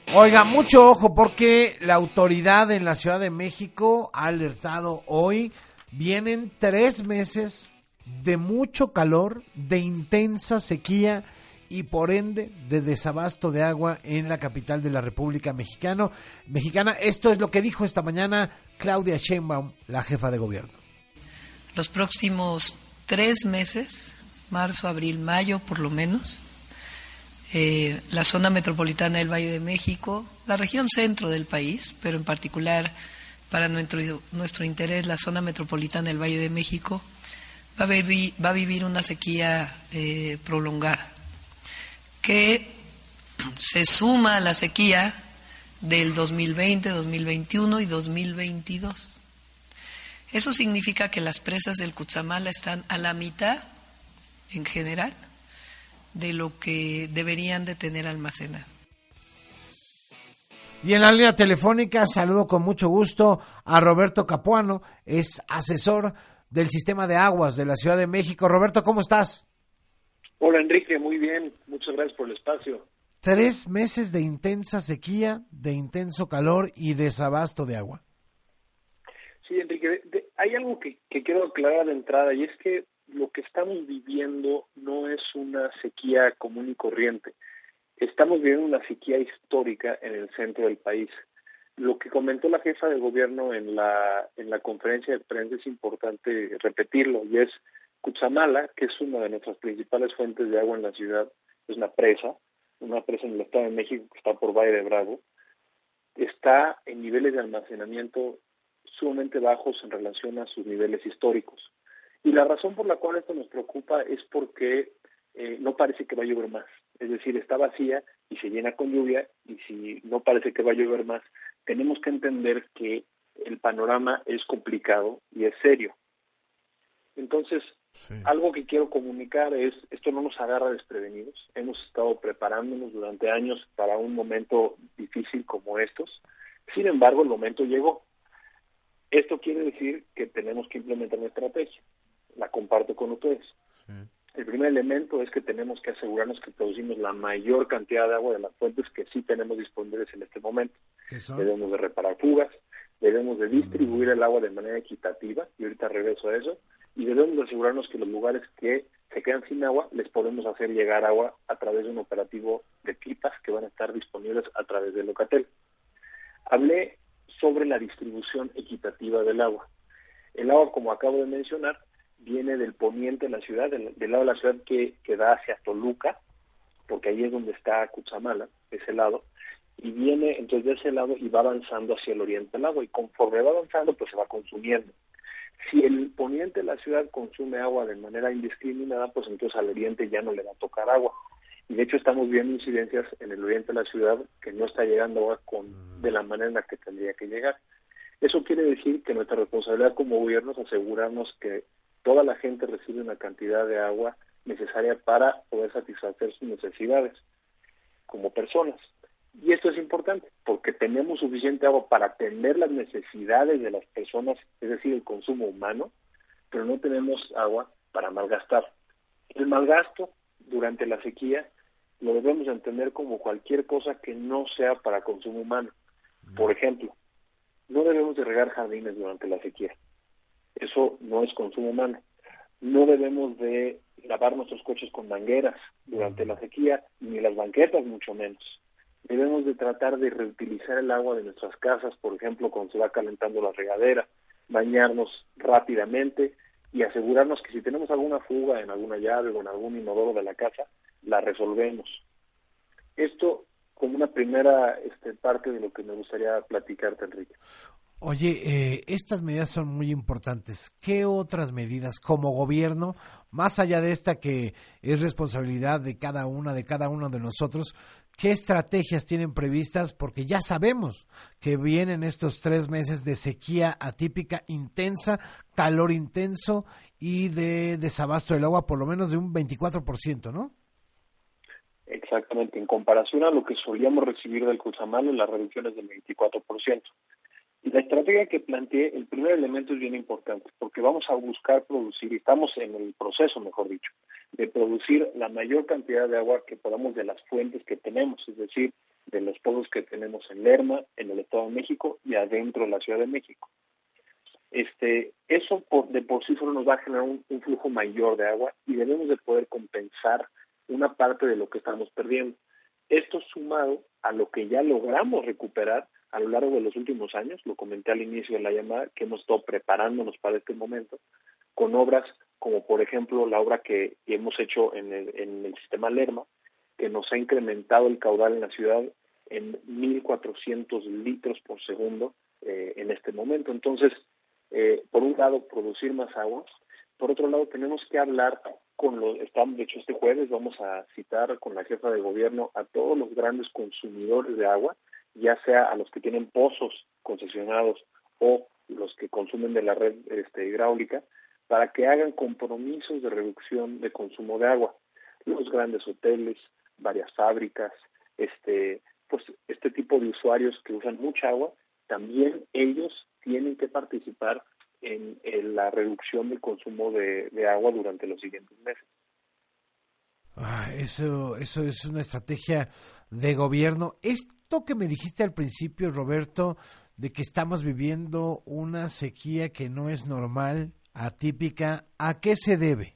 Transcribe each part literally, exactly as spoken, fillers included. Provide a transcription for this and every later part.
Oiga, mucho ojo porque la autoridad en la Ciudad de México ha alertado hoy, vienen tres meses de mucho calor, de intensa sequía y por ende de desabasto de agua en la capital de la República Mexicano, Mexicana. Esto es lo que dijo esta mañana Claudia Sheinbaum, la jefa de gobierno. Los próximos tres meses, marzo, abril, mayo por lo menos, eh, la zona metropolitana del Valle de México, la región centro del país, pero en particular para nuestro, nuestro interés la zona metropolitana del Valle de México, va a, vivir, va a vivir una sequía eh, prolongada, que se suma a la sequía del dos mil veinte, dos mil veintiuno y dos mil veintidós. Eso significa que las presas del Cutzamala están a la mitad, en general, de lo que deberían de tener almacenado. Y en la línea telefónica saludo con mucho gusto a Roberto Capuano, es asesor del Sistema de Aguas de la Ciudad de México. Roberto, ¿cómo estás? Hola Enrique, muy bien, muchas gracias por el espacio. Tres meses de intensa sequía, de intenso calor y desabasto de agua. Sí, Enrique, de, de, hay algo que, que quiero aclarar de entrada y es que lo que estamos viviendo no es una sequía común y corriente. Estamos viviendo una sequía histórica en el centro del país. Lo que comentó la jefa de gobierno en la en la conferencia de prensa es importante repetirlo, y es Cutzamala, que es una de nuestras principales fuentes de agua en la ciudad, es una presa, una presa en el Estado de México que está por Valle de Bravo, está en niveles de almacenamiento sumamente bajos en relación a sus niveles históricos. Y la razón por la cual esto nos preocupa es porque eh, no parece que va a llover más. Es decir, está vacía y se llena con lluvia, y si no parece que va a llover más, tenemos que entender que el panorama es complicado y es serio. Entonces, sí. Algo que quiero comunicar es, esto no nos agarra desprevenidos. Hemos estado preparándonos durante años para un momento difícil como estos. Sin embargo, el momento llegó. Esto quiere decir que tenemos que implementar una estrategia. La comparto con ustedes. Sí. El primer elemento es que tenemos que asegurarnos que producimos la mayor cantidad de agua de las fuentes que sí tenemos disponibles en este momento. Debemos de reparar fugas, debemos de distribuir el agua de manera equitativa, y ahorita regreso a eso, y debemos de asegurarnos que los lugares que se quedan sin agua les podemos hacer llegar agua a través de un operativo de pipas que van a estar disponibles a través de Locatel. Hablé sobre la distribución equitativa del agua. El agua, como acabo de mencionar, viene del poniente de la ciudad, del, del lado de la ciudad que, que da hacia Toluca, porque ahí es donde está Cutzamala, ese lado, y viene entonces de ese lado y va avanzando hacia el oriente del agua, y conforme va avanzando pues se va consumiendo. Si el poniente de la ciudad consume agua de manera indiscriminada, pues entonces al oriente ya no le va a tocar agua. Y de hecho estamos viendo incidencias en el oriente de la ciudad que no está llegando agua con, de la manera en la que tendría que llegar. Eso quiere decir que nuestra responsabilidad como gobierno es asegurarnos que toda la gente recibe una cantidad de agua necesaria para poder satisfacer sus necesidades como personas. Y esto es importante porque tenemos suficiente agua para atender las necesidades de las personas, es decir, el consumo humano, pero no tenemos agua para malgastar. El malgasto durante la sequía lo debemos entender como cualquier cosa que no sea para consumo humano. Por ejemplo, no debemos de regar jardines durante la sequía. Eso no es consumo humano. No debemos de lavar nuestros coches con mangueras durante la sequía, ni las banquetas mucho menos. Debemos de tratar de reutilizar el agua de nuestras casas, por ejemplo, cuando se va calentando la regadera, bañarnos rápidamente y asegurarnos que si tenemos alguna fuga en alguna llave o en algún inodoro de la casa, la resolvemos. Esto como una primera este, parte de lo que me gustaría platicarte, Enrique. Oye, eh, estas medidas son muy importantes. ¿Qué otras medidas como gobierno, más allá de esta que es responsabilidad de cada una, de cada uno de nosotros, qué estrategias tienen previstas? Porque ya sabemos que vienen estos tres meses de sequía atípica intensa, calor intenso y de desabasto del agua por lo menos de un veinticuatro por ciento, ¿no? Exactamente, en comparación a lo que solíamos recibir del Cutzamala, las reducciones del veinticuatro por ciento. Y la estrategia que planteé, el primer elemento es bien importante, porque vamos a buscar producir, y estamos en el proceso, mejor dicho, de producir la mayor cantidad de agua que podamos de las fuentes que tenemos, es decir, de los pozos que tenemos en Lerma, en el Estado de México y adentro de la Ciudad de México. Este, eso por, de por sí solo nos va a generar un, un flujo mayor de agua y debemos de poder compensar una parte de lo que estamos perdiendo. Esto sumado a lo que ya logramos recuperar a lo largo de los últimos años, lo comenté al inicio de la llamada, que hemos estado preparándonos para este momento, con obras como por ejemplo la obra que hemos hecho en el, en el sistema Lerma, que nos ha incrementado el caudal en la ciudad en mil cuatrocientos litros por segundo eh, en este momento. Entonces, eh, por un lado, producir más agua. Por otro lado, tenemos que hablar con los, estamos, de hecho este jueves vamos a citar con la jefa de gobierno a todos los grandes consumidores de agua, ya sea a los que tienen pozos concesionados o los que consumen de la red este, hidráulica, para que hagan compromisos de reducción de consumo de agua. Los grandes hoteles, varias fábricas, este, pues este tipo de usuarios que usan mucha agua, también ellos tienen que participar en, en la reducción del consumo de, de agua durante los siguientes meses. Ah, eso, eso es una estrategia de gobierno. Esto que me dijiste al principio, Roberto, de que estamos viviendo una sequía que no es normal, atípica, ¿a qué se debe?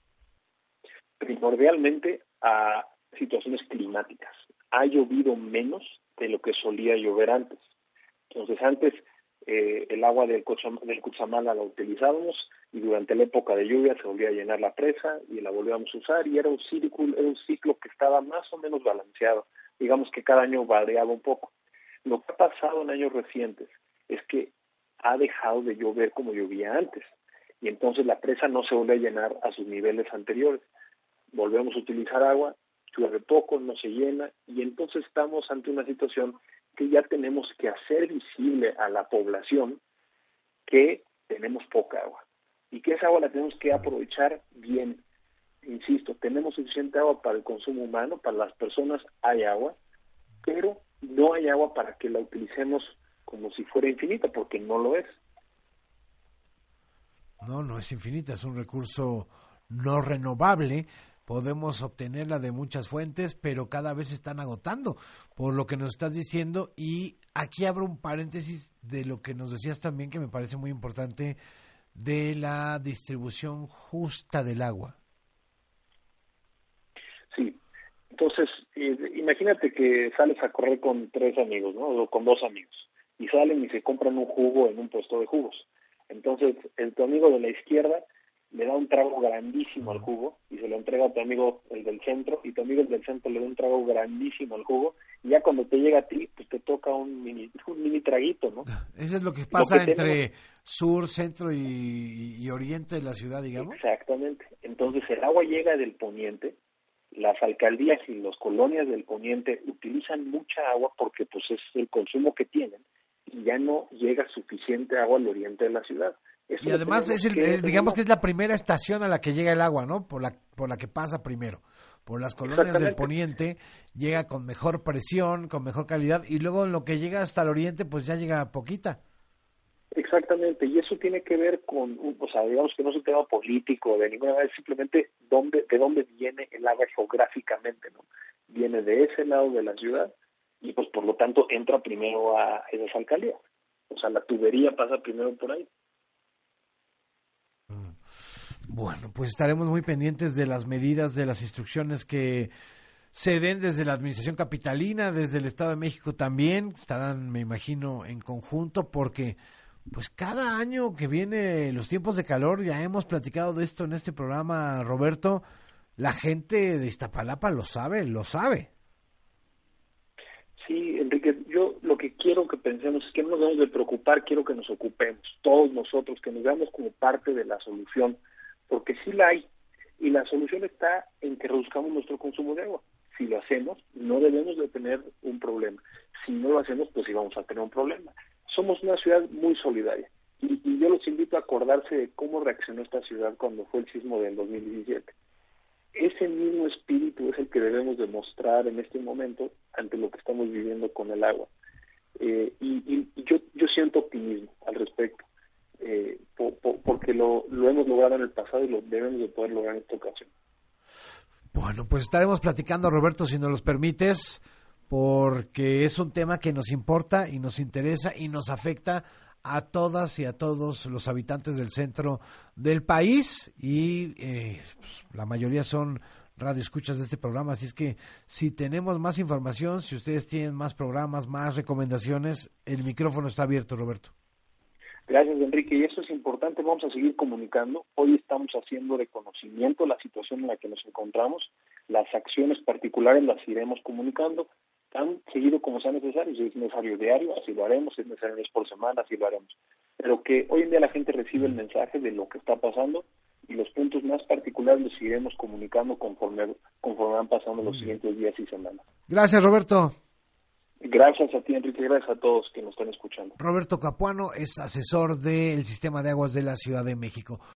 Primordialmente a situaciones climáticas. Ha llovido menos de lo que solía llover antes. Entonces antes eh, el agua del, Cocham- del Cutzamala la utilizábamos y durante la época de lluvia se volvía a llenar la presa y la volvíamos a usar y era un círculo, era un ciclo que estaba más o menos balanceado. Digamos que cada año variaba un poco. Lo que ha pasado en años recientes es que ha dejado de llover como llovía antes y entonces la presa no se vuelve a llenar a sus niveles anteriores. Volvemos a utilizar agua, llueve poco, no se llena y entonces estamos ante una situación que ya tenemos que hacer visible a la población que tenemos poca agua y que esa agua la tenemos que aprovechar bien. Insisto, tenemos suficiente agua para el consumo humano, para las personas hay agua, pero no hay agua para que la utilicemos como si fuera infinita, porque no lo es. No, no es infinita, es un recurso no renovable. Podemos obtenerla de muchas fuentes, pero cada vez se están agotando, por lo que nos estás diciendo. Y aquí abro un paréntesis de lo que nos decías también, que me parece muy importante, de la distribución justa del agua. Sí, entonces eh, imagínate que sales a correr con tres amigos, ¿no? O con dos amigos, y salen y se compran un jugo en un puesto de jugos. Entonces, el tu amigo de la izquierda le da un trago grandísimo al jugo y se lo entrega a tu amigo el del centro y tu amigo el del centro le da un trago grandísimo al jugo y ya cuando te llega a ti, pues te toca un mini un mini traguito, ¿no? Eso es lo que pasa lo que entre tenemos... sur, centro y, y oriente de la ciudad, digamos. Exactamente. Entonces, el agua llega del poniente, las alcaldías y las colonias del poniente utilizan mucha agua porque pues es el consumo que tienen y ya no llega suficiente agua al oriente de la ciudad. Eso y además es el, que es, digamos que es la primera estación a la que llega el agua, ¿no? Por la por la que pasa primero. Por las colonias del poniente llega con mejor presión, con mejor calidad y luego en lo que llega hasta el oriente pues ya llega poquita. Exactamente, y eso tiene que ver con, o sea, digamos que no es un tema político de ninguna manera, es simplemente dónde, de dónde viene el agua geográficamente, ¿no? Viene de ese lado de la ciudad y pues por lo tanto entra primero a esas alcaldías. O sea, la tubería pasa primero por ahí. Bueno, pues estaremos muy pendientes de las medidas, de las instrucciones que se den desde la Administración Capitalina, desde el Estado de México también, estarán, me imagino, en conjunto, porque pues cada año que viene los tiempos de calor, ya hemos platicado de esto en este programa, Roberto, la gente de Iztapalapa lo sabe, lo sabe. Sí, Enrique, yo lo que quiero que pensemos es que no nos debemos de preocupar, quiero que nos ocupemos, todos nosotros, que nos veamos como parte de la solución, porque sí la hay, y la solución está en que reduzcamos nuestro consumo de agua. Si lo hacemos, no debemos de tener un problema. Si no lo hacemos, pues sí vamos a tener un problema. Somos una ciudad muy solidaria, y, y yo los invito a acordarse de cómo reaccionó esta ciudad cuando fue el sismo del dos mil diecisiete. Ese mismo espíritu es el que debemos demostrar en este momento ante lo que estamos viviendo con el agua. Eh, y y, y yo, yo siento optimismo al respecto, eh, por, por, porque lo, lo hemos logrado en el pasado y lo debemos de poder lograr en esta ocasión. Bueno, pues estaremos platicando, Roberto, si nos los permites, porque es un tema que nos importa y nos interesa y nos afecta a todas y a todos los habitantes del centro del país y eh, pues, la mayoría son radioescuchas de este programa, así es que si tenemos más información, si ustedes tienen más programas, más recomendaciones, el micrófono está abierto, Roberto. Gracias, Enrique, y eso es importante, vamos a seguir comunicando. Hoy estamos haciendo de conocimiento la situación en la que nos encontramos, las acciones particulares las iremos comunicando tan seguido como sea necesario. Si es necesario diario, así lo haremos, si es necesario una vez por semana, así lo haremos. Pero que hoy en día la gente recibe el mensaje de lo que está pasando y los puntos más particulares los iremos comunicando conforme, conforme van pasando los siguientes días y semanas. Gracias, Roberto. Gracias a ti, Enrique, gracias a todos que nos están escuchando. Roberto Capuano es asesor del Sistema de Aguas de la Ciudad de México.